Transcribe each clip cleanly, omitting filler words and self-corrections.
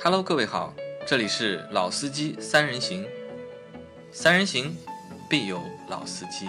Hello， 各位好，这里是老司机三人行，三人行必有老司机。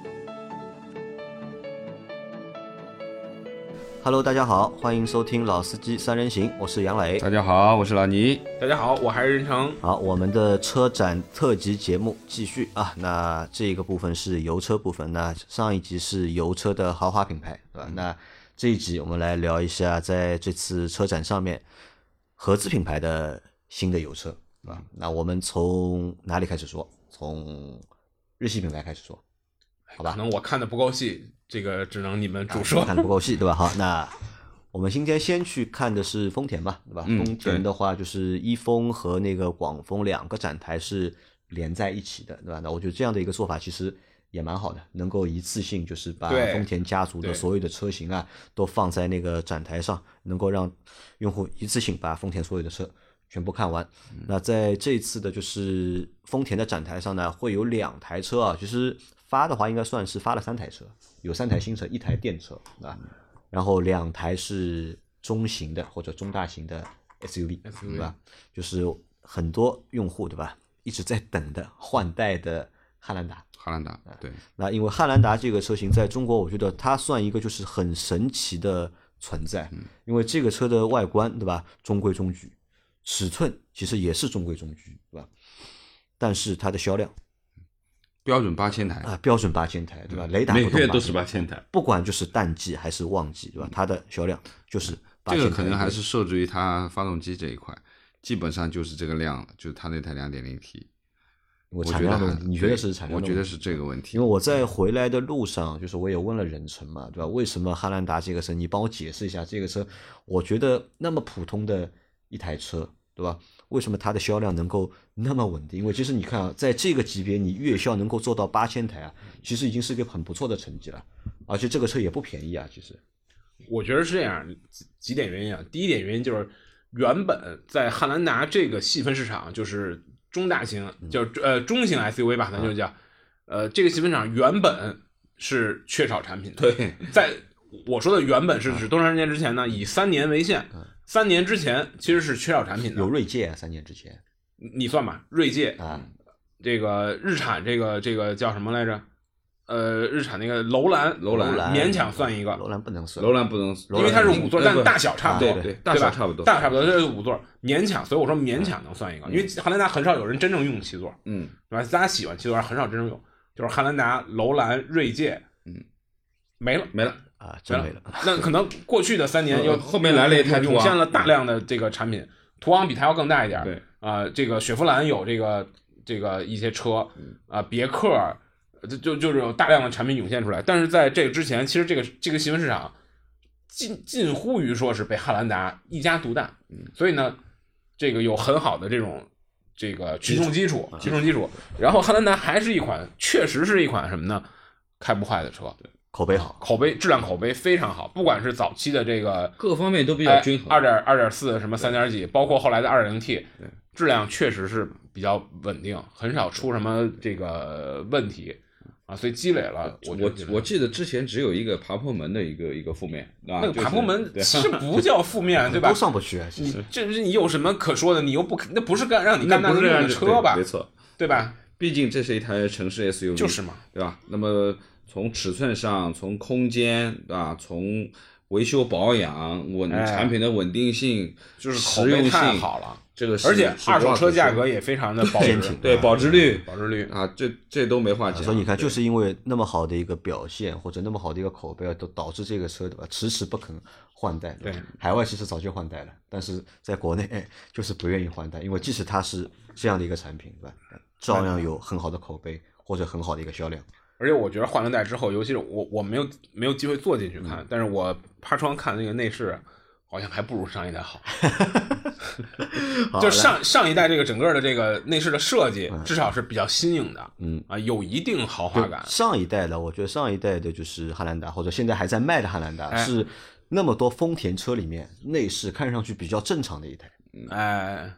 Hello， 大家好，欢迎收听老司机三人行，我是杨磊。 大家好，我是老倪。 大家好，我还是任成。 好，我们的车展特辑节目继续啊。那这个部分是油车部分，那上一集是油车的豪华品牌，对吧？那这一集我们来聊一下，在这次车展上面合资品牌的新的油车，对吧？那我们从哪里开始说？从日系品牌开始说，好吧？ 可能我看的不够细，这个只能你们主说。 看的不够细，对吧？好，那我们今天先去看的是丰田吧，对吧？丰田的话就是一丰和那个广丰两个展台是连在一起的，对吧？那我觉得这样的一个做法其实也蛮好的，能够一次性就是把丰田家族的所有的车型啊都放在那个展台上，能够让用户一次性把丰田所有的车全部看完。那在这次的就是丰田的展台上呢，会有2台车啊，就是发的话应该算是发了3台车，有3台新车，1台电车啊，然后2台是中型的或者中大型的 SUV， 对吧？就是很多用户对吧一直在等的换代的汉兰达。 对。 那因为汉兰达这个车型在中国，我觉得它算一个就是很神奇的存在，因为这个车的外观对吧中规中矩，尺寸其实也是中规中矩，对吧？但是它的销量标准8000台啊，标准8000台，对吧？雷打不动， 每个月都是8000台， 不管就是淡季还是旺季，对吧？它的销量就是8000台。 这个可能还是受制于它发动机这一块，基本上就是这个量了，就是它那台 2.0T。 我产量的问题，你觉得是产量的问题？ 我觉得是这个问题。 因为我在回来的路上，就是我也问了任成嘛，对吧？为什么汉兰达这个车，你帮我解释一下这个车，我觉得那么普通的一台车，对吧？为什么它的销量能够那么稳定？因为其实你看啊，在这个级别，你月销能够做到8000台啊，其实已经是一个很不错的成绩了，而且这个车也不便宜啊。其实， 我觉得是这样，几点原因啊。第一点原因就是原本在汉兰达这个细分市场，就是中大型，就是中型 SUV 吧，咱就叫这个细分市场原本是缺少产品的。 对， 在我说的原本是指多长时间之前呢？以3年为限，3年之前其实是缺少产品的。 有锐界啊，3年之前， 你算吧，锐界啊， 这个日产这个叫什么来着？日产那个楼兰勉强算一个， 楼兰不能算， 楼兰不能， 因为它是5座，但大小差不多， 对，大小差不多， 大小差不多，这是5座，勉强，所以我说勉强能算一个，因为汉兰达很少有人真正用7座，对吧？大家喜欢7座，很少真正用，就是汉兰达、楼兰、锐界，没了啊，真没了。 那可能过去的3年又后面来了一台涌现了大量的这个产品，途昂比它要更大一点， 对这个雪佛兰有这个一些车别克。就是有大量的产品涌现出来，但是在这个之前，其实这个细分市场近乎于说是被汉兰达一家独大，所以呢，这个有很好的这个群众基础，然后汉兰达确实是一款什么呢？开不坏的车， 口碑好， 质量口碑非常好，不管是早期的这个各方面都比较均衡 ，2.4什么3点几，包括后来的2.0T，质量确实是比较稳定，很少出什么这个问题。所以积累了， 我记得之前只有一个爬坡门的一个负面， 那个爬坡门其实不叫负面，对吧？ 都上不去啊！ 你有什么可说的？你又不，那不是让你干那个用的车吧？ 没错， 对吧？ 毕竟这是一台城市 SUV， 就是嘛， 对吧？那么从尺寸上，从空间啊，从维修保养产品的稳定性， 就是口碑太好了。 这个而且二手车价格也非常的坚挺， 对保值率啊， 这都没话讲。 所以你看，就是因为那么好的一个表现或者那么好的一个口碑，都导致这个车对吧，迟迟不肯换代。 对， 海外其实早就换代了，但是在国内就是不愿意换代，因为即使它是这样的一个产品，对吧，照样有很好的口碑或者很好的一个销量。 而且我觉得换了代之后，尤其是我没有机会坐进去看，但是我趴窗看那个内饰，好像还不如上一代好。就上一代这个整个的这个内饰的设计，至少是比较新颖的，有一定豪华感。 上一代的，我觉得上一代的就是汉兰达，或者现在还在卖的汉兰达，是那么多丰田车里面内饰看上去比较正常的一台。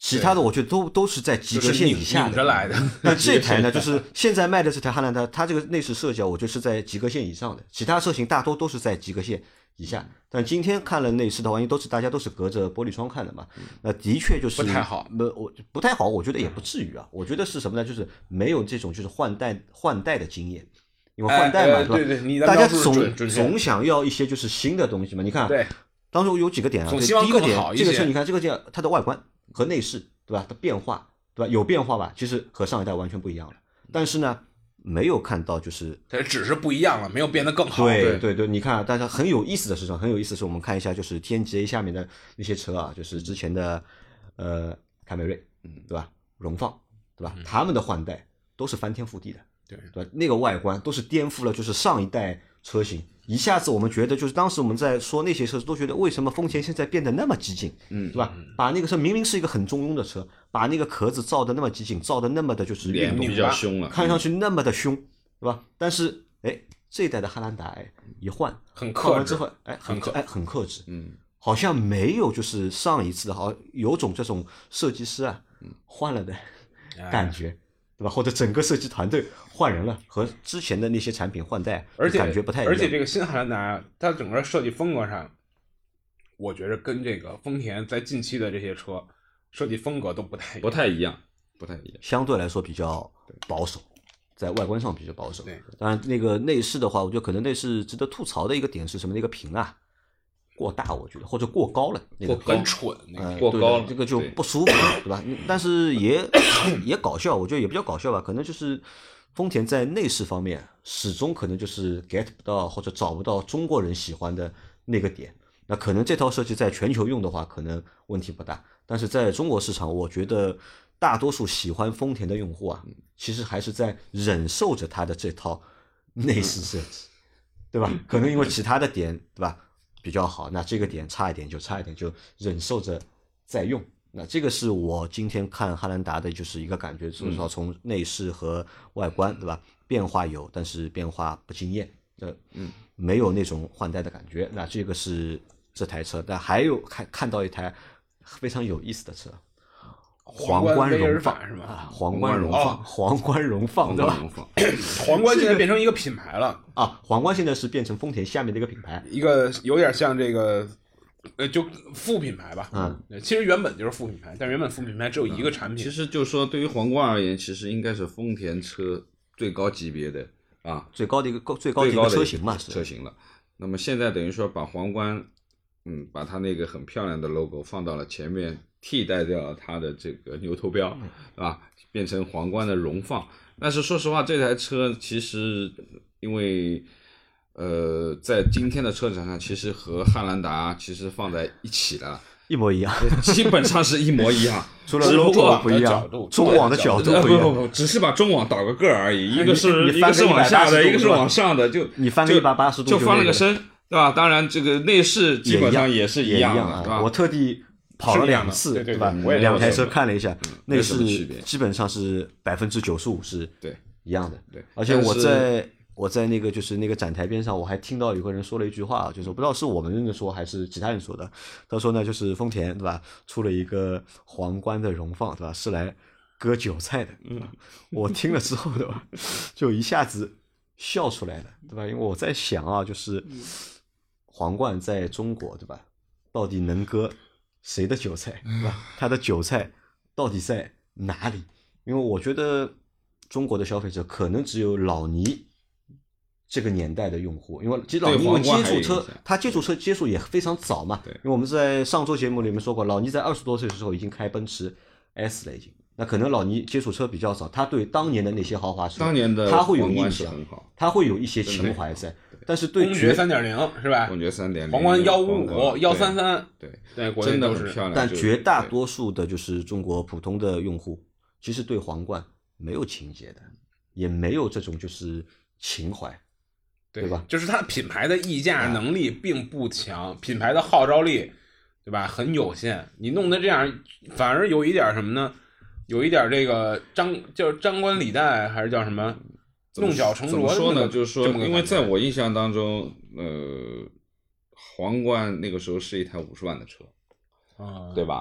其他的我觉得都是在及格线以下拧着来的。 那这台呢，就是现在卖的这台汉兰达，它这个内饰设计啊，我觉得是在及格线以上的，其他车型大多都是在及格线以下。但今天看了内饰的话，因为大家都是隔着玻璃窗看的嘛，那的确就是不太好。 我不太好，我觉得也不至于啊。我觉得是什么呢？就是没有这种就是换代的经验。因为换代嘛， 对吧？ 大家总想要一些就是新的东西嘛。你看， 对， 当中有几个点啊。第一个点，这个车你看这个件它的外观和内饰，对吧？它变化，对吧？有变化吧？其实和上一代完全不一样了。但是呢，没有看到就是它只是不一样了，没有变得更好。 对，你看，大家很有意思的是什么？很有意思是我们看一下就是 TNGA 下面的那些车啊，就是之前的凯美瑞，对吧？荣放，对吧？他们的换代都是翻天覆地的。对吧？那个外观都是颠覆了，就是上一代车型。一下子我们觉得，就是当时我们在说那些车，都觉得为什么丰田现在变得那么激进，对吧？把那个车明明是一个很中庸的车，把那个壳子造的那么激进，造的那么的就是脸比较凶了， 看上去那么的凶，对吧？但是这一代的汉兰达一换， 很克制， 之后很克制，好像没有就是上一次的好有种这种设计师啊换了的感觉。对吧？或者整个设计团队换人了，和之前的那些产品换代，感觉不太一样。 而且这个新汉兰达，它整个设计风格上，我觉得跟这个丰田在近期的这些车设计风格都不太一样， 相对来说比较保守，在外观上比较保守。当然，那个内饰的话，我觉得可能内饰值得吐槽的一个点是什么？那个屏啊。过大，我觉得或者过高了，那个很蠢， 过高了， 这个就不舒服，对吧？但是也搞笑，我觉得也比较搞笑吧。可能就是丰田在内饰方面始终可能就是 get 不到或者找不到中国人喜欢的那个点。那可能这套设计在全球用的话，可能问题不大，但是在中国市场，我觉得大多数喜欢丰田的用户啊，其实还是在忍受着它的这套内饰设计，对吧？可能因为其他的点，对吧？比较好，那这个点差一点就忍受着再用。那这个是我今天看汉兰达的就是一个感觉，至少从内饰和外观，对吧？变化有，但是变化不惊艳，没有那种换代的感觉。那这个是这台车，但还有看到一台非常有意思的车，皇冠荣放是吧？ 皇冠荣放，对吧？ 皇冠现在变成一个品牌了啊！皇冠现在是变成丰田下面的一个品牌， 一个有点像这个就副品牌吧。其实原本就是副品牌，但原本副品牌只有一个产品。 其实就说对于皇冠而言，其实应该是丰田车最高级别的啊， 最高的一个车型嘛， 车型了。那么现在等于说把皇冠，把它那个很漂亮的 logo 放到了前面。替代掉了它的这个牛头标，啊，变成皇冠的荣放。但是说实话，这台车其实因为在今天的车展上，其实和汉兰达其实放在一起了， 一模一样， 基本上是一模一样， 除了 logo 不一样，中网的角度不一样， 不，只是把中网倒个个而已，一个是往下的，一个是往上的，就你翻个180度就翻了个身，对吧？当然这个内饰基本上也是一样的，对吧？ 我特地跑了2次，对吧？两台车看了一下，内饰基本上是95%是一样的。 对， 而且我在那个就是那个展台边上，我还听到有个人说了一句话，就是我不知道是我们说还是其他人说的。他说呢，就是丰田对吧，出了一个皇冠的荣放，对吧？是来割韭菜的。我听了之后对吧，就一下子笑出来了，对吧？因为我在想啊，就是皇冠在中国对吧，到底能割谁的韭菜，对吧？他的韭菜到底在哪里？因为我觉得中国的消费者可能只有老倪这个年代的用户，因为其实老倪因为接触车，他接触车接触也非常早嘛。因为我们在上周节目里面说过，老倪在20多岁的时候已经开奔驰 S 了，已经。那可能老倪接触车比较早，他对当年的那些豪华车，他会有印象，他会有一些情怀在。但是对公爵 3.0 是吧？ 公爵 3.0， 皇冠155、133， 对， 真的很漂亮。 但绝大多数的就是中国普通的用户，其实对皇冠没有情节的，也没有这种就是情怀，对吧？ 就是它品牌的溢价能力并不强，品牌的号召力，对吧？很有限。你弄得这样，反而有一点什么呢？有一点这个叫张冠李戴，还是叫什么？弄巧成拙。 怎么说呢？就是说，因为在我印象当中，皇冠那个时候是一台50万的车，对吧？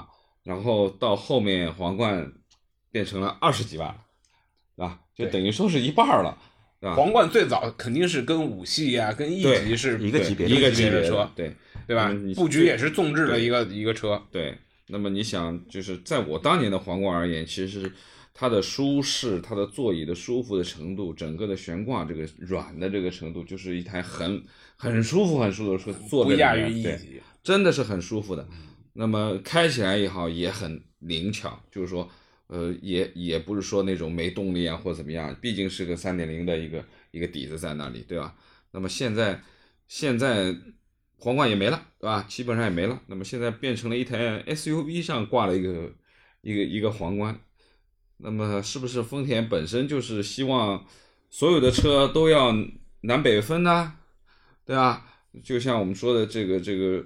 然后到后面皇冠变成了20几万，啊，就等于说是一半了。 皇冠最早肯定是跟5系啊、跟 E 级是一个级别的车，对吧？布局也是纵置的一个车。 对，那么你想，就是在我当年的皇冠而言，其实它的舒适、它的座椅的舒服的程度、整个的悬挂这个软的这个程度，就是一台很舒服的车，坐在里面不亚于 E 级， 真的是很舒服的。那么开起来也好，也很灵巧，就是说。也不是说那种没动力啊或者怎么样，毕竟是个3.0的一个底子在那里，对吧？那么现在皇冠也没了，对吧？基本上也没了。那么现在变成了一台 SUV 上挂了一个皇冠。那么是不是丰田本身就是希望所有的车都要南北分呢？对吧？就像我们说的这个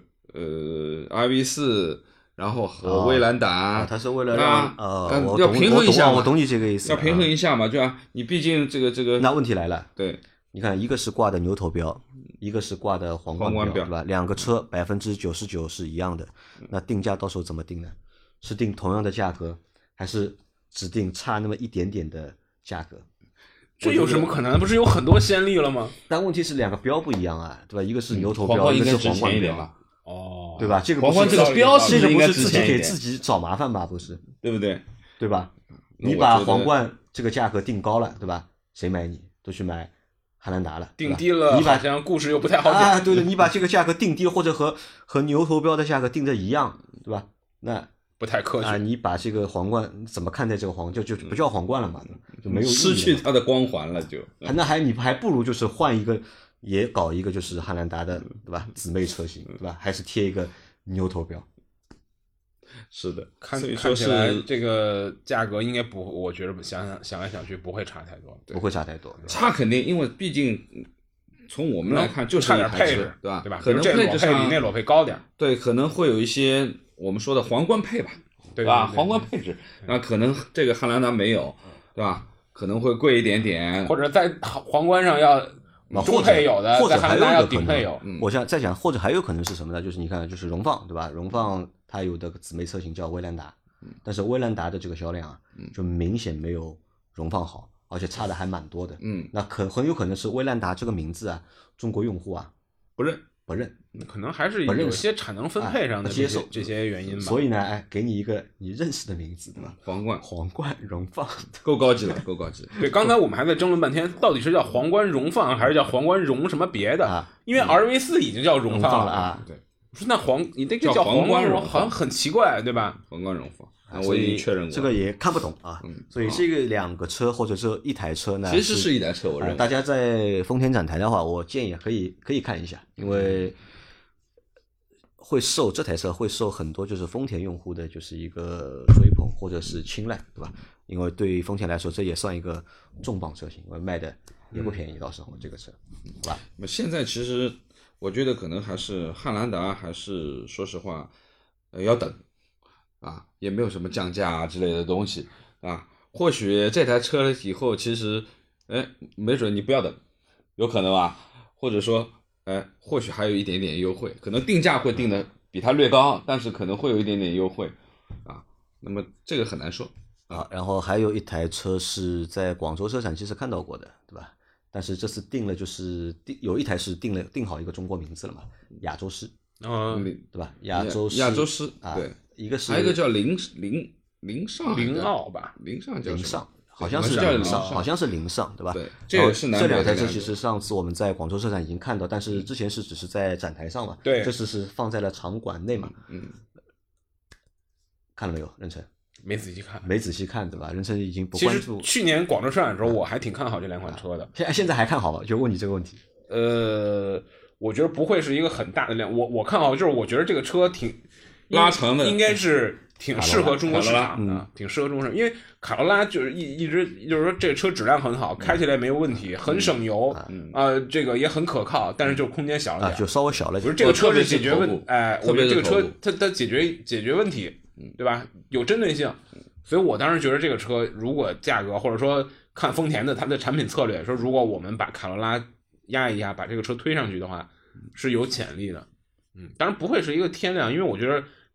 RV4。然后和威兰达， 它是为了让要平衡一下， 我懂你这个意思， 要平衡一下嘛，对吧？你毕竟这个， 那问题来了， 对， 你看一个是挂的牛头标，一个是挂的皇冠标，对吧？两个车99%是一样的，那定价到时候怎么定呢？是定同样的价格，还是只定差那么一点点的价格？ 这有什么可能？不是有很多先例了吗？ 但问题是两个标不一样啊，对吧？一个是牛头标，一个是皇冠标。 哦， 对吧？这个皇冠这个标识这个不是自己给自己找麻烦吧？不是， 对不对？ 对吧？你把皇冠这个价格定高了，对吧？谁买你？都去买汉兰达了。 定低了， 你把好像故事又不太好讲啊。对的，你把这个价格定低了，或者和牛头标的价格定的一样，对吧？那不太科学啊。你把这个皇冠怎么看待这个皇冠？就不叫皇冠了嘛，就没有失去它的光环了，就。 那你还不如就是换一个。也搞一个就是汉兰达的，对吧？姊妹车型，对吧？还是贴一个牛头标。 是的， 看起来这个价格应该不，我觉得想来想去不会差太多， 不会差太多。 差肯定，因为毕竟从我们来看就是差点配置， 对吧？ 对吧？ 可能配置上比那裸配高点， 对，可能会有一些我们说的皇冠配吧， 对吧？皇冠配置，那可能这个汉兰达没有，对吧？可能会贵一点点， 或者在皇冠上要。中配有的， 或者还有一个顶配有。 我想再讲，或者还有可能是什么呢？就是你看，就是荣放，对吧？荣放它有的姊妹车型叫威兰达，但是威兰达的这个销量啊，就明显没有荣放好，而且差的还蛮多的。那很有可能是威兰达这个名字啊，中国用户啊不认， 可能还是有些产能分配上的这些原因吧。 所以呢，给你一个你认识的名字，对吧？ 皇冠荣放， 够高级了。 对，刚才我们还在争论半天，到底是叫皇冠荣放还是叫皇冠荣什么别的？因为 RV4 已经叫荣放了啊。 对， 不是那你这个叫皇冠荣，好像很奇怪，对吧？ 皇冠荣放。我已经确认过， 这个也看不懂啊。所以这个两个车或者这一台车呢， 其实是一台车，我认为。 大家在丰田展台的话，我建议可以看一下，因为这台车会受很多就是丰田用户的就是一个追捧或者是青睐，对吧？因为对于丰田来说，这也算一个重磅车型，因为卖的也不便宜，到时候这个车，好吧？ 那么现在其实我觉得可能还是汉兰达，还是说实话，要等。也没有什么降价啊之类的东西啊，或许这台车以后其实，没准你不要等，有可能吧，或者说，或许还有一点点优惠，可能定价会定的比它略高，但是可能会有一点点优惠啊，那么这个很难说啊。然后还有一台车是在广州车展其实看到过的，对吧？但是这次定了就是有一台是定好一个中国名字了嘛，亚洲狮，对吧？亚洲狮啊， 对。 还有一个叫凌上傲吧， 凌上叫凌上，好像是凌上，对吧？ 对，这两台车其实上次我们在广州车展已经看到，但是之前只是在展台上嘛， 对， 这次是放在了场馆内嘛。看了没有，任晨？ 没仔细看，对吧？任晨已经不关注。 其实去年广州车展的时候，我还挺看好这两款车的。 现在还看好吗？就问你这个问题。 我觉得不会是一个很大的量。我看好，就是我觉得这个车挺。 拉长的应该是挺适合中国市场的，挺适合中国市场，因为卡罗拉就是一直就是说这个车质量很好，开起来没有问题，很省油，这个也很可靠，但是就空间小了点， 就稍微小了点。 不是这个车是解决问，我觉得这个车它解决问题，对吧？有针对性，所以我当时觉得这个车如果价格或者说看丰田的它的产品策略，说如果我们把卡罗拉压一压，把这个车推上去的话，是有潜力的。当然不会是一个天量，因为我觉得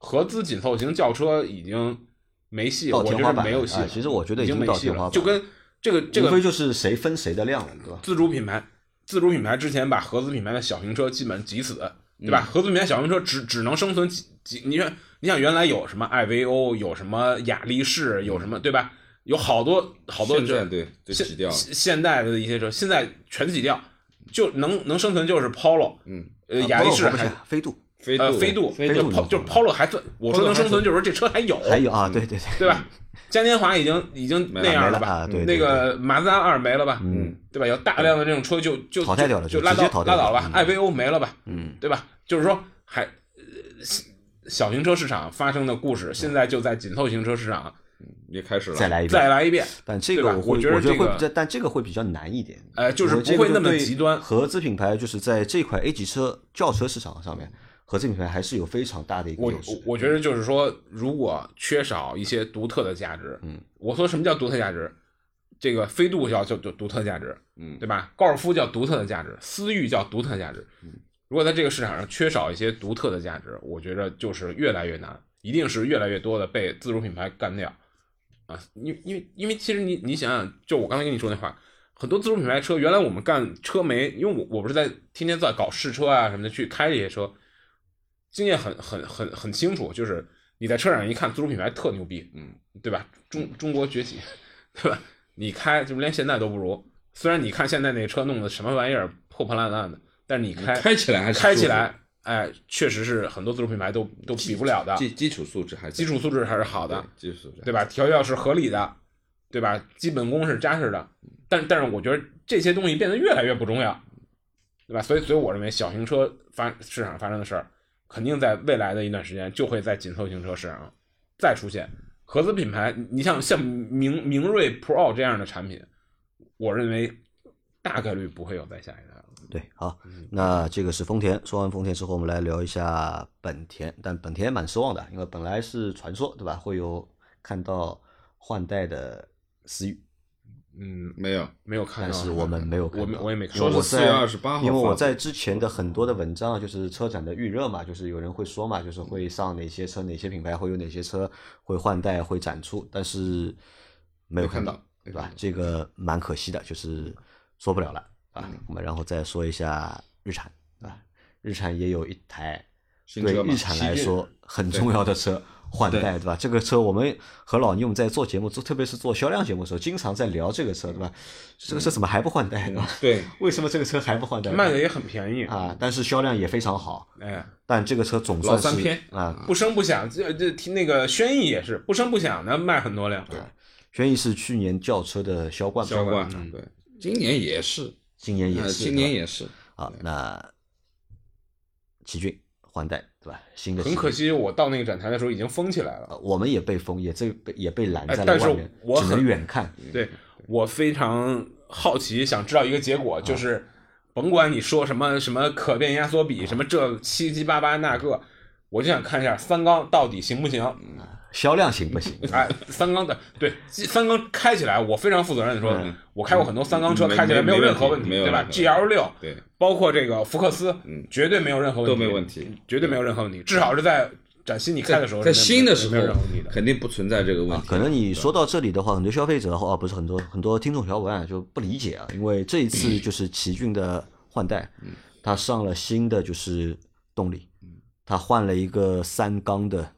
合资紧凑型轿车已经没戏了，我觉得到天花板没有戏了。 其实我觉得已经已没戏了， 到天花板， 就跟这个无非就是谁分谁的量了，对吧？ 自主品牌之前把合资品牌的小型车基本挤死，对吧？合资品牌小型车只能生存几，你想原来有什么艾维欧，有什么雅力士，有什么对吧？有好多现在对挤掉了， 现代的一些车现在全挤掉，就能生存就是 Polo， 雅力士还飞度。 飞度就是 Polo 还算，我说能生存就是说这车还有啊，对， 对吧？嘉年华已经那样了吧？ 对， 那个马自达2没了吧？对吧？有大量的这种车就淘汰掉了， 就拉倒了吧？艾维欧没了吧？对吧？就是说还小型车市场发生的故事，现在就在紧凑型车市场也开始了， 再来一遍。但这个我觉得会，但这个会比较难一点。 就是不会那么极端。 合资品牌就是在这块 A 级车轿车市场上面。合资品牌还是有非常大的一个优势。 我觉得就是说，如果缺少一些独特的价值，我说什么叫独特价值？这个飞度叫独特价值，对吧？高尔夫叫独特的价值，思域叫独特价值。如果在这个市场上缺少一些独特的价值，我觉得就是越来越难，一定是越来越多的被自主品牌干掉啊！因为其实你想想，就我刚才跟你说那话，很多自主品牌车，原来我们干车媒，因为我不是天天在搞试车啊什么的，去开这些车。经验很清楚，就是你在车上一看自主品牌特牛逼，对吧？中国崛起，对吧？你开就连现代都不如。虽然你看现在那车弄的什么玩意儿破破烂烂的，但是你开起来， 哎，确实是很多自主品牌都比不了的。 基础素质还是好的， 基础素质对吧？调教是合理的，对吧？基本功是扎实的。但是我觉得这些东西变得越来越不重要，对吧？所以我认为小型车市场发生的事儿。肯定在未来的一段时间就会在紧凑型车市场上再出现合资品牌。你像明锐 Pro 这样的产品，我认为大概率不会有再下一代了。 对，好，那这个是丰田。说完丰田之后，我们来聊一下本田。但本田蛮失望的，因为本来是传说，对吧？会有看到换代的思域。 没有看到， 但是我们没有看到， 我也没看到。说是4月28号， 因为我在之前的很多的文章，就是车展的预热嘛，就是有人会说嘛，就是会上哪些车，哪些品牌会有哪些车会换代会展出，但是没有看到，对吧？这个蛮可惜的，就是说不了了啊。我们然后再说一下日产啊，日产也有一台对日产来说很重要的车。换代，对吧？这个车我们和老倪我们在做节目，特别是做销量节目的时候，经常在聊这个车，对吧？这个车怎么还不换代，对吧？ 对， 为什么这个车还不换代？ 卖的也很便宜啊，但是销量也非常好。 哎， 但这个车总算是老三偏啊， 不声不响。这那个轩逸也是不声不响的卖很多辆。 对，轩逸是去年轿车的销冠。 对，今年也是。 今年也是。好，那奇骏换代。对吧？新的很可惜，我到那个展台的时候已经封起来了。 我们也被封，也被拦在了外面，只能远看。 对，我非常好奇，想知道一个结果，就是甭管你说什么可变压缩比，什么这七七八八那个，我就想看一下三缸到底行不行， 销量行不行？ 哎，三缸的对，三缸开起来，我非常负责任的说，我开过很多三缸车，开起来没有任何问题，对吧 ？GL6， 对。 包括这个福克斯，绝对没有任何问题， 都没问题， 绝对没有任何问题。至少是在崭新你开的时候， 在新的时候没有任何问题的， 肯定不存在这个问题。 可能你说到这里的话，很多消费者不是很多听众小伙伴就不理解啊，因为这一次就是奇骏的换代，它上了新的就是动力，它换了一个3缸的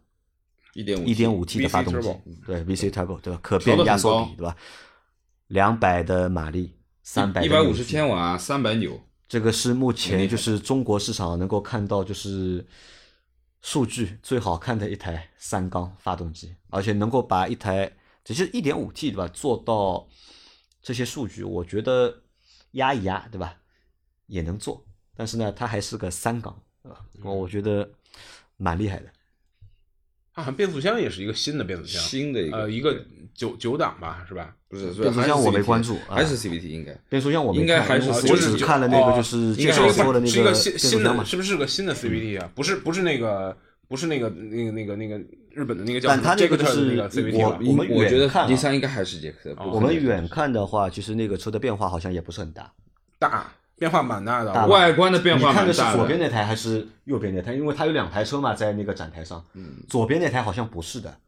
1.5T 的发动机，对 VC Turbo 对吧？可变压缩比对吧？200的马力，350 千瓦，300牛。 这个是目前就是中国市场能够看到就是数据最好看的一台3缸发动机，而且能够把一台只是 1.5T 对吧做到这些数据，我觉得压一压对吧也能做，但是呢它还是个3缸对吧？我觉得蛮厉害的。 啊，变速箱也是一个新的变速箱， 新的一个9档吧，是吧？ 不是变速箱我没关注， 还是 CVT 应该。 变速箱我没看， 应该还是我只看了那个就是介绍说的那个新的，是不是个新的 CVT 啊？不是那个日本的那个叫， 但它那个就是那个 CVT 我们我觉得看第三应该还是杰克。 我们远看的话，其实那个车的变化好像也不是很大。 大， 变化蛮大的， 大外观的变化你看的蛮大是左边那台还是右边那台？因为它有2台车嘛，在那个展台上，左边那台好像不是的，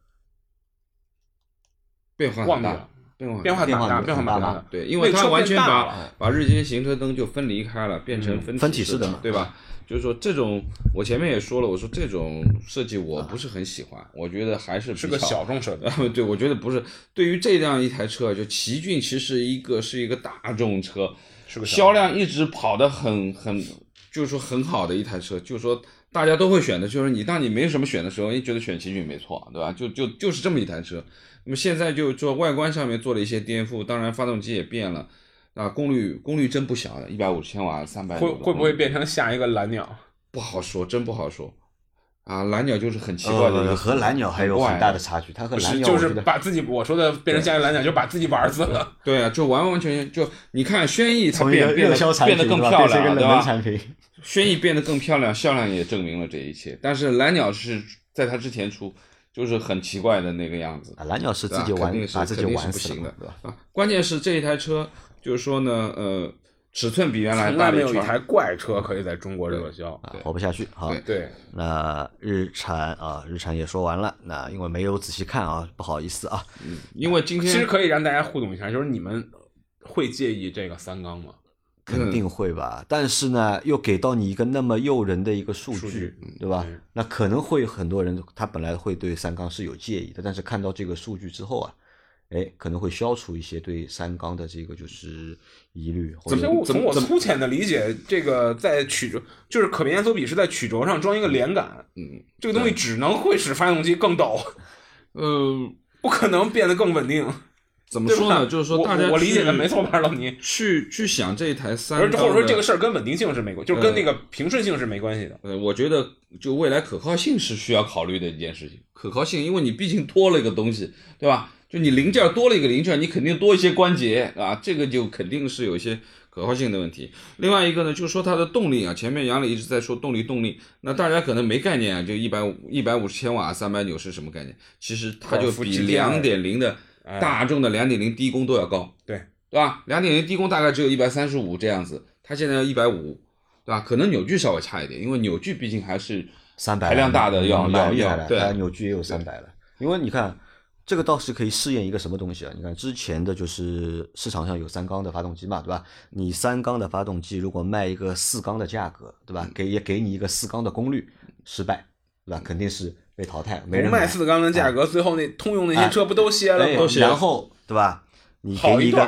变化很大忘记了。变化蛮大，变化蛮大的。 对，因为它完全把把日间行车灯就分离开了，变成分体式的嘛，对吧？就是说这种，我前面也说了，我说这种设计我不是很喜欢，我觉得还是个小众设计。 对，我觉得不是。对于这样一台车，就奇骏其实是一个大众车，销量一直跑得很，就是说很好的一台车，就是说大家都会选的，就是当你没什么选的时候，你觉得选奇骏没错，对吧？就是这么一台车。那么现在就做外观上面做了一些颠覆，当然发动机也变了。啊，功率真不小的，150千瓦，300。 会不会变成下一个蓝鸟？ 不好说，真不好说。啊，蓝鸟就是很奇怪的一个， 和蓝鸟还有很大的差距。它和蓝鸟就是把自己，我说的变成下一个蓝鸟，就把自己玩死了。 对啊，就完全就你看轩逸，它变得更漂亮， 对吧？ 轩逸变得更漂亮，销量也证明了这一切。但是蓝鸟是在它之前出，就是很奇怪的那个样子。 蓝鸟是自己把自己玩死了，对吧？ 啊，关键是这一台车。就是说呢，尺寸比原来大了一圈， 从来没有一台怪车可以在中国热销， 活不下去。好， 对， 那日产也说完了。那因为没有仔细看啊，不好意思啊。 因为今天其实可以让大家互动一下，就是你们会介意这个3缸吗？ 肯定会吧，但是呢，又给到你一个那么诱人的一个数据，对吧？那可能会很多人他本来会对3缸是有介意的，但是看到这个数据之后啊。可能会消除一些对3缸的这个就是疑虑。 从我粗浅的理解，这个在曲轴就是可变压缩比是在曲轴上装一个连杆，这个东西只能会使发动机更抖，不可能变得更稳定。 怎么说呢？就是说大家我理解的没错吧，老倪？ 去想这一台3缸， 或者说这个事儿跟稳定性是没关系，就是跟那个平顺性是没关系的。 我觉得就未来可靠性是需要考虑的一件事情。可靠性，因为你毕竟多了一个东西，对吧？就你零件多了一个零件，你肯定多一些关节啊，这个就肯定是有一些可靠性的问题。另外一个呢，就是说它的动力啊，前面杨磊一直在说动力，那大家可能没概念啊，就150千瓦300牛是什么概念？其实它就比 2.0 的大众的 2.0 低功都要高， 对吧？ 2.0 低功大概只有135这样子，它现在要150，对吧？可能扭矩稍微差一点，因为扭矩毕竟还是 300 排量大的要厉害了， 对， 扭矩也有300了。因为你看。这个倒是可以试验一个什么东西啊？你看之前的就是市场上有3缸的发动机嘛，对吧？你3缸的发动机如果卖一个4缸的价格，对吧？也给你一个4缸的功率，失败，对吧？肯定是被淘汰，没人卖4缸的价格，最后那通用那些车不都歇了吗？ 然后对吧？你给你一个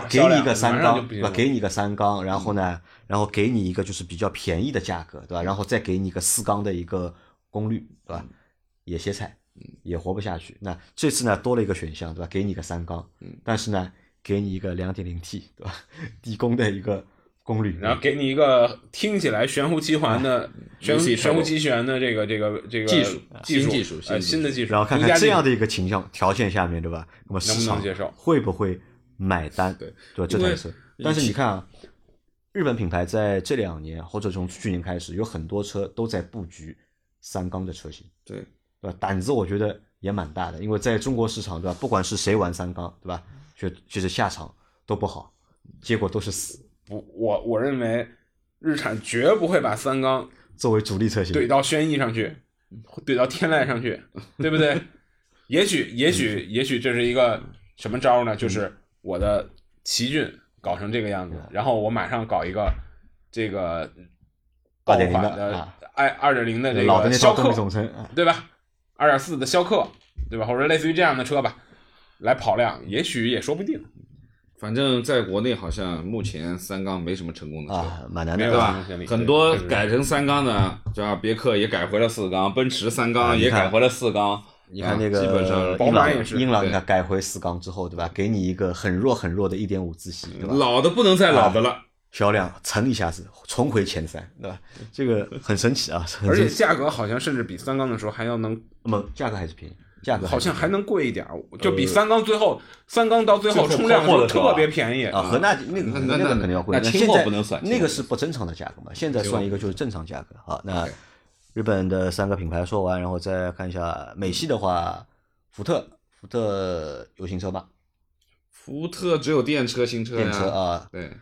3缸，对吧？给你一个3缸，然后呢，然后给你一个就是比较便宜的价格，对吧？然后再给你一个4缸的一个功率，对吧？也歇菜。也活不下去。那这次呢多了一个选项，对吧？给你一个3缸，但是呢给你一个 2.0T， 对吧？低功的一个功率， 然后给你一个听起来玄乎其环的玄乎其玄的这个技术新的技术， 然后看看这样的一个倾向条件下面，对吧？那么能不能接受？ 会不会买单？ 对这台车。但是你看啊，日本品牌在这2年或者从去年开始，有很多车都在布局3缸的车型， 对吧？胆子我觉得也蛮大的，因为在中国市场，对吧？不管是谁玩3缸，对吧？其实下场都不好，结果都是死。 我认为日产绝不会把3缸作为主力车型怼到轩逸上去，怼到天籁上去，对不对？也许这是一个什么招呢？就是我的奇骏搞成这个样子，然后我马上搞一个这个爆款的2.0的这个逍客，对吧？2.4的逍客，对吧？或者类似于这样的车吧，来跑量，也许也说不定。 反正在国内好像目前3缸没什么成功的车， 蛮难的， 对吧？很多改成3缸的，对吧？别克也改回了4缸，奔驰3缸也改回了4缸。 你看那个基本上宝马也是， 英朗你看改回4缸之后，对吧？给你一个很弱的 1.5 自吸，对吧？ 老的不能再老的了。 销量蹭一下子重回前3，对吧？这个很神奇啊！ 而且价格好像甚至比3缸的时候还要能， 价格还是便宜，价格好像还能贵一点，就比3缸3缸到最后冲量的时候特别便宜啊！和那个肯定要贵， 那清货不能算， 那个是不正常的价格嘛？现在算一个就是正常价格。好，那日本的3个品牌说完，然后再看一下美系的话，福特有新车吗？ 福特只有电车新车呀， 电车啊， 对。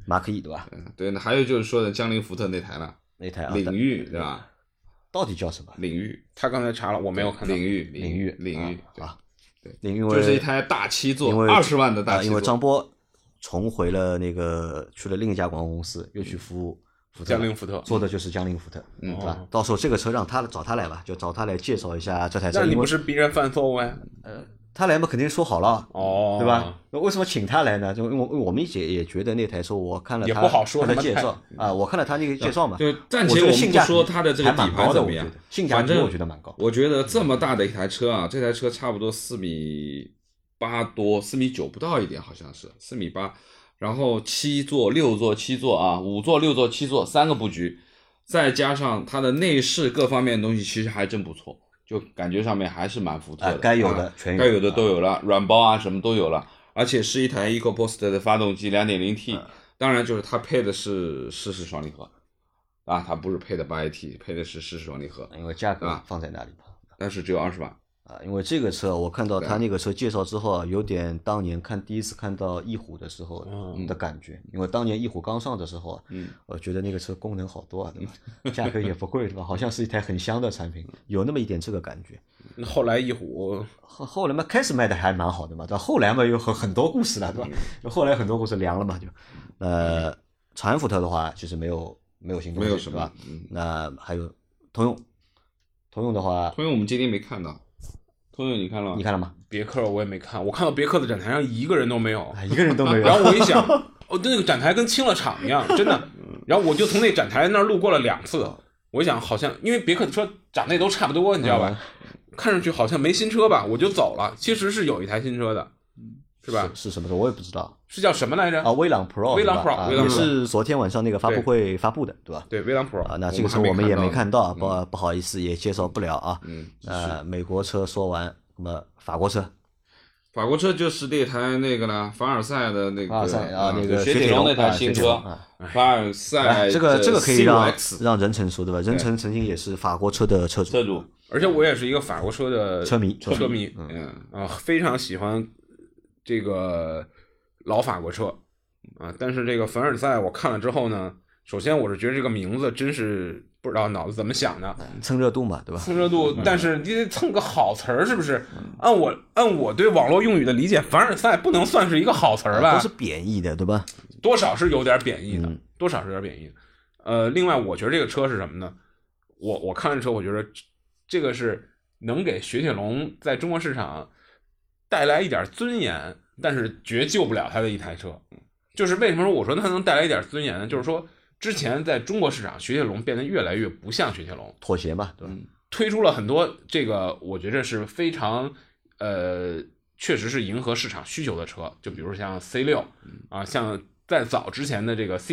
马克 E 对吧？ 对，那还有就是说的江铃福特那台了， 那台啊， 领域对吧？ 到底叫什么？ 领域， 他刚才查了，我没有看到。 领域，对啊， 对， 领域就是一台大七座因为 ，20万的大七座。 因为张波重回了去了另一家广告公司，又去服务江铃福特做的就是江铃福特，对吧？到时候这个车找他来吧，就找他来介绍一下这台车。 那你不是逼人犯错误呀？ 他来嘛，肯定说好了， 哦， 对吧？那为什么请他来呢？就因为我们也觉得那台车，我看了也不好说他的介绍啊，我看了他那个介绍嘛， 就暂且我们不说它的这个底盘怎么样， 性价比我觉得蛮高。 我觉得这么大的一台车啊，这台车差不多4.8米多，4.9米不到一点，好像是4.8米。然后7座、6座、7座啊，5座、6座、7座3个布局，再加上它的内饰各方面的东西，其实还真不错，就感觉上面还是蛮福特的， 该有的全有， 该有的都有了，软包啊什么都有了，而且是一台 EcoBoost 的发动机 2.0T，当然就是它配的是湿式双离合啊，它不是配的8AT，配的是湿式双离合， 因为价格放在那里嘛， 但是只有20万。 因为这个车我看到他那个车介绍之后啊，有点当年第一次看到翼虎的时候的感觉，因为当年翼虎刚上的时候啊，我觉得那个车功能好多啊，对吧？价格也不贵，对吧？好像是一台很香的产品，有那么一点这个感觉。 后来翼虎后来嘛，开始卖的还蛮好的嘛，到后来嘛有很多故事了，对吧？后来很多故事凉了嘛，就长安福特的话，其实没有新东西， 没有什么， 对吧？那还有通用的话， 通用我们今天没看到。通用你看了吗？ 你看了吗？ 别克我也没看，我看到别克的展台上一个人都没有， 一个人都没有。 然后我一想，那个展台跟清了场一样，真的。然后我就从那展台那儿路过了2次，我一想好像因为别克的车长得也都差不多，你知道吧？看上去好像没新车吧，我就走了。其实是有一台新车的，是吧？ 是什么车我也不知道， 是叫什么来着？ 啊，威朗 Pro， 威朗 Pro， 也是昨天晚上那个发布会发布的，对吧？ 对，威朗 Pro 啊，那这个车我们也没看到，不好意思，也介绍不了啊。美国车说完，那么法国车就是这台那个呢，凡尔赛的那个凡尔赛啊，那个雪铁龙那台新车，凡尔赛这个可以让任晨说对吧？任晨曾经也是法国车的车主， 而且我也是一个法国车的车迷，非常喜欢这个老法国车啊。但是这个凡尔赛我看了之后呢，首先我是觉得这个名字真是不知道脑子怎么想的， 蹭热度嘛，对吧？ 蹭热度，但是你得蹭个好词儿，是不是？按我对网络用语的理解，凡尔赛不能算是一个好词儿吧？ 都是贬义的，对吧？ 多少是有点贬义的，多少是有点贬义的。另外，我觉得这个车是什么呢？我看了车，我觉得这个是能给雪铁龙在中国市场带来一点尊严，但是绝救不了它的一台车。就是为什么说我说它能带来一点尊严呢？就是说，之前在中国市场，雪铁龙变得越来越不像雪铁龙， 妥协嘛，对吧？ 推出了很多这个，我觉得是非常确实是迎合市场需求的车，就比如像 C6 啊，像在早之前的这个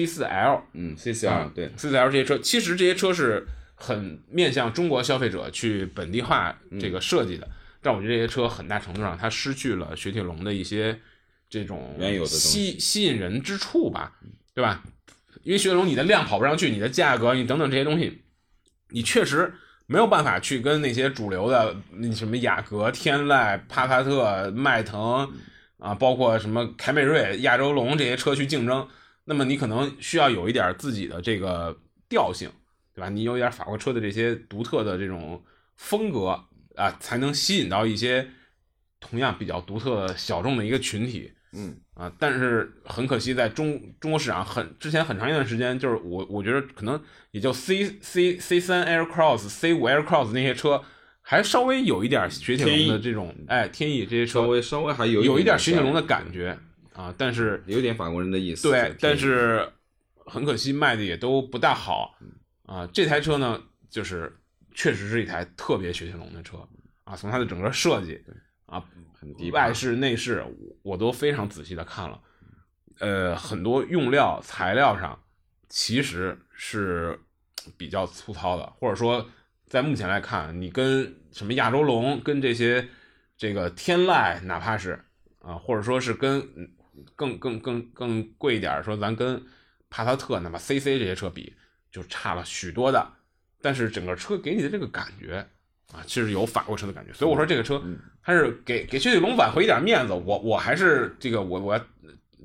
C4L，C4L 对 C4L 这些车，其实这些车是很面向中国消费者去本地化这个设计的，但我觉得这些车很大程度上它失去了雪铁龙的一些这种原有的吸引人之处吧，对吧？因为雪铁龙你的量跑不上去，你的价格你等等这些东西，你确实没有办法去跟那些主流的什么雅阁、天籁、帕萨特、迈腾啊，包括什么凯美瑞、亚洲龙这些车去竞争。那么你可能需要有一点自己的这个调性，对吧？你有一点法国车的这些独特的这种风格啊，才能吸引到一些同样比较独特的小众的一个群体。但是很可惜，在中国市场之前很长一段时间，就是我觉得可能也就 C3 Aircross、C5 Aircross 那些车，还稍微有一点雪铁龙的这种天翼这些车稍微还有一点雪铁龙的感觉啊，但是有点法国人的意思。 对，但是很可惜低的也都不大好啊。这台车呢，就是确实是一台特别雪铁龙的车啊，从它的整个设计啊。外饰内饰我都非常仔细的看了，很多用料材料上其实是比较粗糙的，或者说在目前来看，你跟什么亚洲龙、跟这些这个天籁，哪怕是或者说是跟更贵一点，说咱跟帕萨特哪怕 CC 这些车比，就差了许多的，但是整个车给你的这个感觉其实有法国车的感觉，所以我说这个车它是给雪铁龙挽回一点面子，我还是这个我要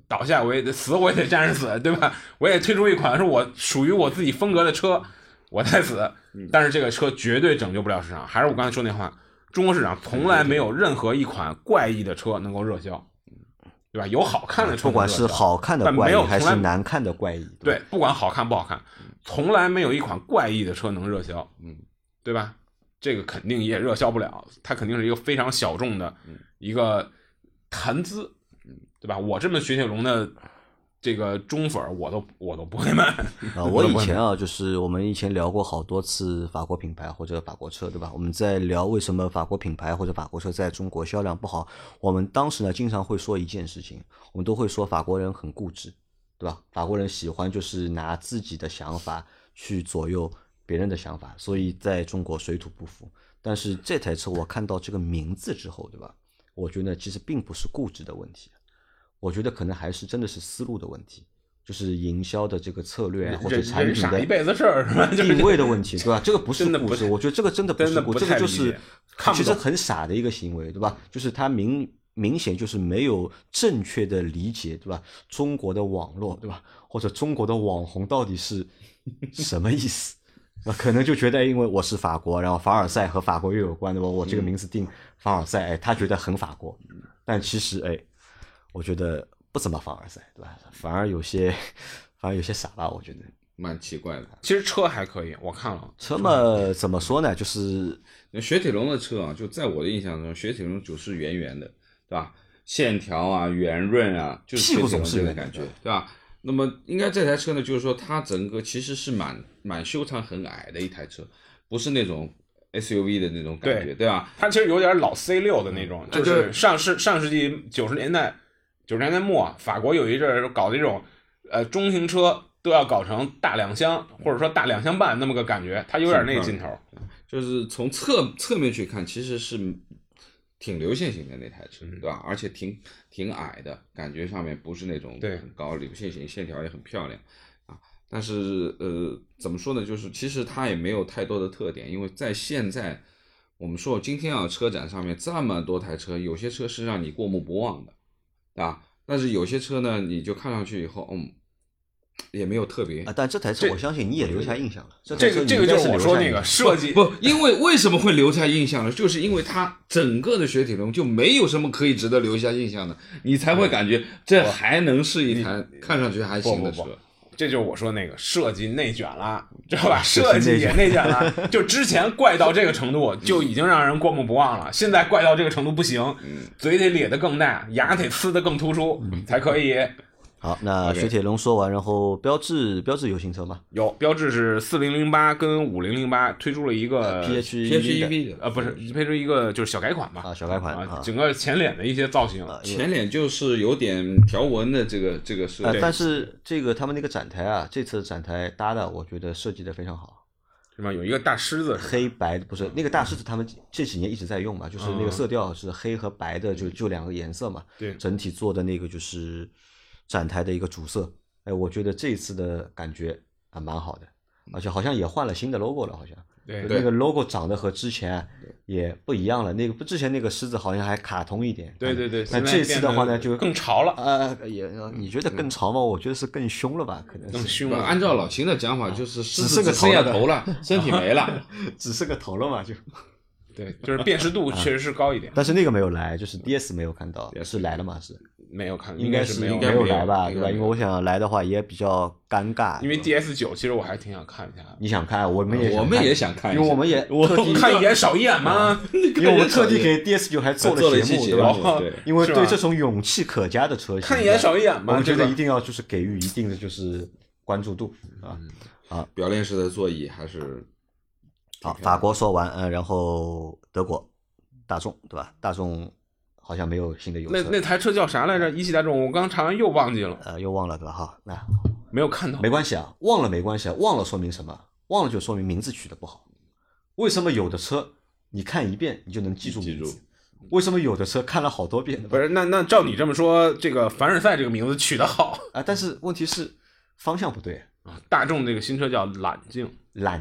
倒下我也得死，我也得站着死，对吧？我也推出一款是我属于我自己风格的车，我才死。但是这个车绝对拯救不了市场，还是我刚才说那话，中国市场从来没有任何一款怪异的车能够热销，对吧？有好看的车， 不管是好看的怪异还是难看的怪异， 对，不管好看不好看，从来没有一款怪异的车能热销，对吧？这个肯定也热销不了，它肯定是一个非常小众的一个谈资，对吧？我这么雪铁龙的这个忠粉我都不会买啊！我以前啊，就是我们以前聊过好多次法国品牌或者法国车，对吧？我们在聊为什么法国品牌或者法国车在中国销量不好，我们当时呢经常会说一件事情，我们都会说法国人很固执，对吧？法国人喜欢就是拿自己的想法去左右别人的想法，所以在中国水土不服。但是这台车我看到这个名字之后，对吧？我觉得其实并不是固执的问题。我觉得可能还是真的是思路的问题，就是营销的这个策略或者产品的一辈子事儿是吧？ 定位的问题，对吧？这个不是固执，我觉得这个真的不是固执，这个就是其实很傻的一个行为，对吧？就是他明显就是没有正确的理解，对吧？中国的网络，对吧？或者中国的网红到底是什么意思？可能就觉得因为我是法国，然后凡尔赛和法国又有关，对吧？我这个名字定凡尔赛，他觉得很法国，但其实我觉得不怎么凡尔赛，对吧？反而有些傻吧，我觉得蛮奇怪的。 其实车还可以，我看了车嘛，怎么说呢？就是雪铁龙的车啊，就在我的印象中，雪铁龙就是圆圆的，对吧？线条啊，圆润啊，就是屁股总是这个感觉，对吧？那么应该这台车呢，就是说它整个其实是蛮修长很矮的一台车，不是那种 SUV 的那种感觉，对吧？ 它其实有点老 C6 的那种，就是上世纪90年代末，法国有一阵儿搞这种中型车都要搞成大两厢或者说大2厢半那么个感觉，它有点那个劲头。 就是从侧面去看，其实是挺流线型的那台车，对吧？而且挺矮的，感觉上面不是那种很高流线型，线条也很漂亮啊。但是怎么说呢？就是其实它也没有太多的特点，因为在现在我们说今天车展上面这么多台车，有些车是让你过目不忘的，对吧？但是有些车呢，你就看上去以后，也没有特别啊。但这台车我相信你也留下印象了。 这个就是我说那个设计不，因为什么会留下印象呢？就是因为它整个的雪铁龙就没有什么可以值得留下印象的，你才会感觉这还能是一台看上去还行的车。 这就是我说那个设计内卷了，知道吧？设计也内卷了，就之前怪到这个程度就已经让人过目不忘了，现在怪到这个程度不行，嘴得咧得更大，牙得呲得更突出才可以。 好，那雪铁龙说完，然后标致有新车吗？ 有，标致是4008跟5008推出了一个 PHEV 的，不是推出一个就是小改款吧？ 小改款啊，整个前脸的一些造型， 前脸就是有点条纹的这个设计， 但是这个他们那个展台啊，这次展台搭的我觉得设计的非常好， 是吧？有一个大狮子， 黑白不是那个大狮子，他们这几年一直在用嘛，就是那个色调是黑和白的，就两个颜色嘛， 对， 整体做的那个就是展台的一个主色，我觉得这一次的感觉还蛮好的，而且好像也换了新的 logo 了，好像对那个 logo 长得和之前也不一样了，那个不之前那个狮子好像还卡通一点， 对， 那这次的话呢就更潮了， 你觉得更潮吗？我觉得是更凶了吧，可能是更凶了。 按照老秦的讲法，就是只是个头了，身体没了， 只是个头了嘛，就对，就是辨识度确实是高一点， 但是那个没有来，就是 DS 没有看到，是来了吗？是没有看， 应该是没有来吧，对吧？因为我想来的话也比较尴尬， 因为 DS9 其实我还挺想看一下。 你想看，我们也想看，因为我们也特地看一眼少一眼吗？ 因为我们特地给 DS9 还做了节目，对吧？因为对这种勇气可嘉的车型， 看一眼少一眼嘛， 我们觉得一定要就是给予一定的就是关注度啊。 表链式的座椅还是好。法国说完，然后德国大众，对吧？大众好像没有新的油车。 那台车叫啥来着？一汽大众，我刚查完又忘记了。 又忘了，对吧？好，那没有看到。 没关系啊，忘了没关系啊，忘了说明什么？忘了就说明名字取得不好。为什么有的车你看一遍你就能记住名字？为什么有的车看了好多遍？ 不是，那照你这么说，这个凡尔赛这个名字取得好啊，但是问题是方向不对啊。大众这个新车叫揽境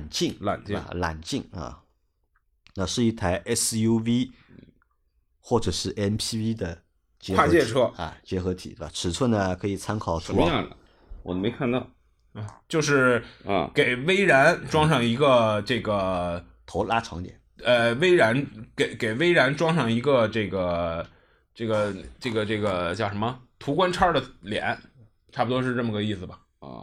啊，那是一台 SUV 或者是 MPV 的结合体跨界车啊，结合体对吧？尺寸呢可以参考途昂， 什么样的？我都没看到就是啊。 给威然装上一个这个头拉长一点。 威然给威然装上一个这个叫什么途观叉的脸，差不多是这么个意思吧？ 啊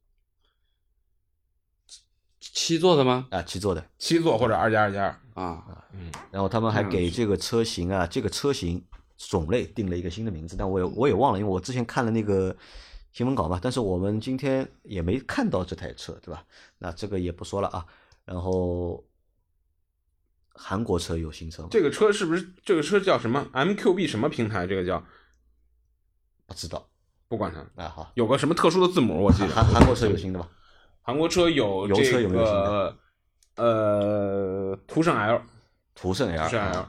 ，7座的吗？ 啊，7座的 7座或者2+2+2 啊， 然后他们还给这个车型啊，这个车型种类定了一个新的名字，但我也忘了，因为我之前看了那个新闻稿嘛，但是我们今天也没看到这台车，对吧？那这个也不说了啊。然后韩国车有新车吗？ 这个车是不是这个车叫什么 MQB 什么平台？这个叫不知道不管它啊。好， 有个什么特殊的字母，我记得韩国车有新的吗？ 韩国车有油车有没有新的？途胜 L， 途胜 L， 途胜 L，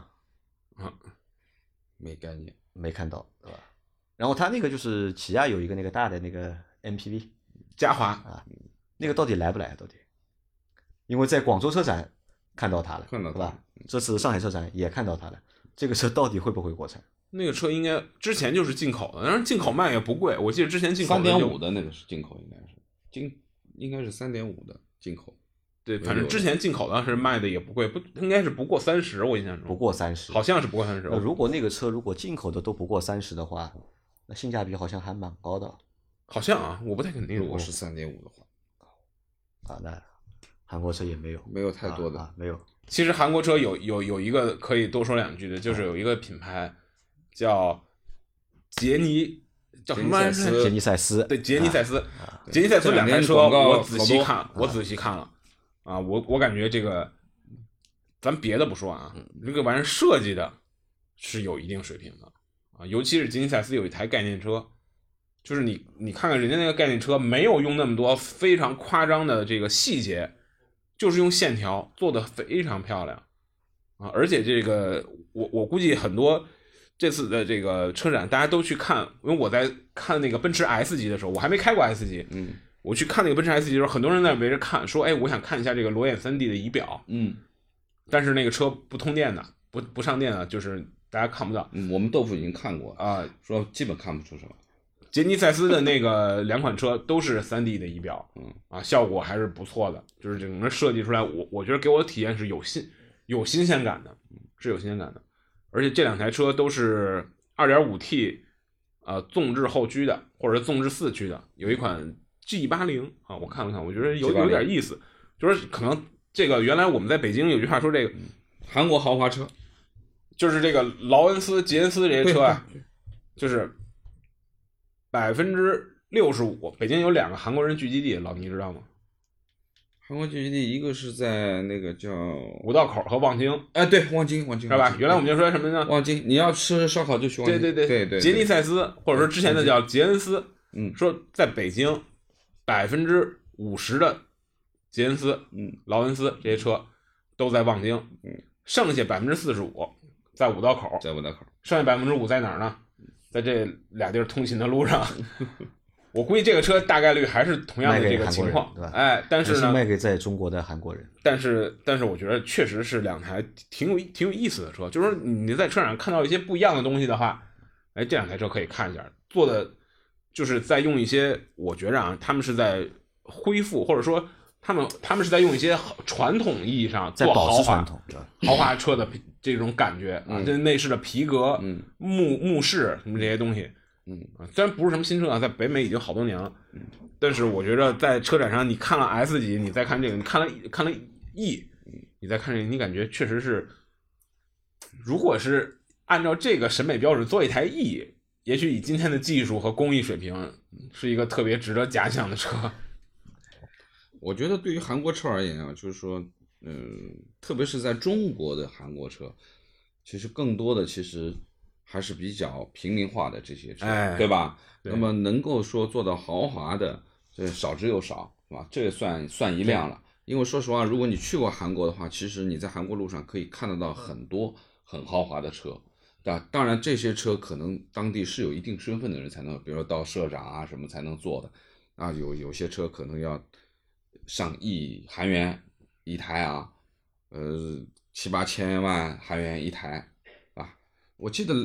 没概念， 没看到，对吧？然后他那个就是起亚有一个那个大的那个 MPV 嘉华啊，那个到底来不来？到底？因为在广州车展看到它了， 看到它对吧？这次上海车展也看到它了，这个车到底会不会国产？ 那个车应该之前就是进口的，但是进口卖也不贵，我记得之前进口的 3.5的那个是进口，应该是3.5的进口。 对，反正之前进口的是卖的也不贵，不应该是不过30，我印象中不过30， 好像是不过30。 如果那个车如果进口的都不过30的话，那性价比好像还蛮高的。 好像啊，我不太肯定。 如果是3.5的话， 啊，那韩国车也没有太多的， 没有。 其实韩国车有一个可以多说2句的，就是有一个品牌叫杰尼，叫什么来着？ 杰尼赛斯。 对，杰尼赛斯，杰尼赛斯2台车我仔细看了啊，我感觉这个，咱别的不说啊，这个玩意儿设计的是有一定水平的啊，尤其是杰尼赛斯有一台概念车，就是你看看人家那个概念车，没有用那么多非常夸张的这个细节，就是用线条做的非常漂亮啊，而且这个我估计很多这次的这个车展大家都去看，因为我在看那个奔驰 S 级的时候，我还没开过 S 级，我去看那个奔驰 S 级的时候，很多人在围着看，说，哎，我想看一下这个裸眼 3D 的仪表，但是那个车不通电的，不上电的，就是大家看不到。 我们豆腐已经看过啊， 说基本看不出什么。 杰尼赛斯的那个2款车都是3D 的仪表，效果还是不错的，就是整个设计出来，我觉得给我的体验是有新鲜感的，是有新鲜感的，而且这2台车都是 2.5T 纵置后驱的，或者纵置4驱的，有一款 G80 啊，我看了看，我觉得有点意思，就是可能这个原来我们在北京有句话说，这个韩国豪华车就是这个劳恩斯、捷恩斯这些车啊，就是65%，北京有2个韩国人聚集地，老倪知道吗？ 韩国聚集地一个是在那个叫五道口和望京， 哎，对，望京是吧？原来我们就说什么呢？ 望京，你要吃烧烤就去望京。对， 杰尼赛斯或者说之前的叫捷恩斯，说在北京50%的捷恩斯、劳恩斯这些车都在望京，剩下45%在五道口，剩下5%在哪儿呢？在这俩地儿通勤的路上。我估计这个车大概率还是同样的这个情况，哎，但是呢， 卖给在中国的韩国人。 但是我觉得确实是2台挺有意思的车，就是说你在车上看到一些不一样的东西的话，哎，这2台车可以看一下，做的就是在用一些，我觉着啊，他们是在恢复，或者说他们是在用一些传统意义上做豪华车的这种感觉啊，这内饰的皮革、木饰什么这些东西。虽然不是什么新车啊，在北美已经好多年了，但是我觉得在车展上，你看了 S 级，你再看这个，你看了 E， 你再看这个，你感觉确实是，如果是按照这个审美标准做一台 E， 也许以今天的技术和工艺水平，是一个特别值得假想的车。 我觉得对于韩国车而言啊，就是说，特别是在中国的韩国车，其实更多的还是比较平民化的这些车，对吧？那么能够说做到豪华的，这少之又少，是吧？这也算一辆了。因为说实话，如果你去过韩国的话，其实你在韩国路上可以看得到很多很豪华的车，对吧？当然，这些车可能当地是有一定身份的人才能，比如说到社长啊什么才能坐的，啊，有些车可能要上亿韩元一台啊，7、8千万韩元一台。我记得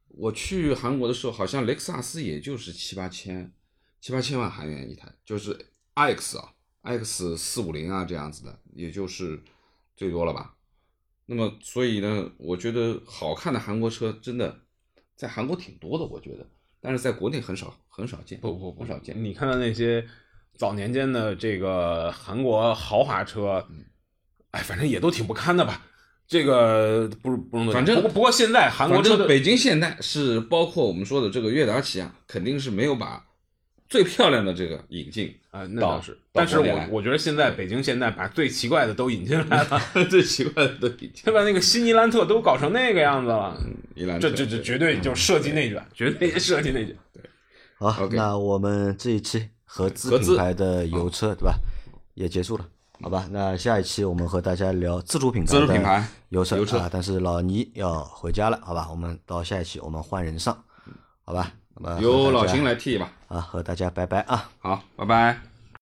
我去韩国的时候，好像雷克萨斯也就是7、8千万韩元一台，就是 iX 啊，iX450啊这样子的，也就是最多了吧。那么所以呢，我觉得好看的韩国车真的在韩国挺多的，我觉得，但是在国内很少见， 不很少见。 你看到那些早年间的这个韩国豪华车，哎，反正也都挺不堪的吧。这个不用多讲， 反正不过现在韩国车的北京现代是包括我们说的这个悦达起亚，肯定是没有把最漂亮的这个引进啊，那倒是。但是我觉得现在北京现代把最奇怪的都引进来了， 最奇怪的都引进， 对吧？那个新伊兰特都搞成那个样子了， 伊兰特这绝对就是设计内卷，绝对设计内卷。 对， 好， OK 那我们这一期合资品牌的油车，对吧，也结束了。好吧，那下一期我们和大家聊自主品牌的油车啊，但是老倪要回家了，好吧，我们到下一期我们换人上，好吧，那么由老秦来替吧， 啊，和大家拜拜啊， 好，拜拜。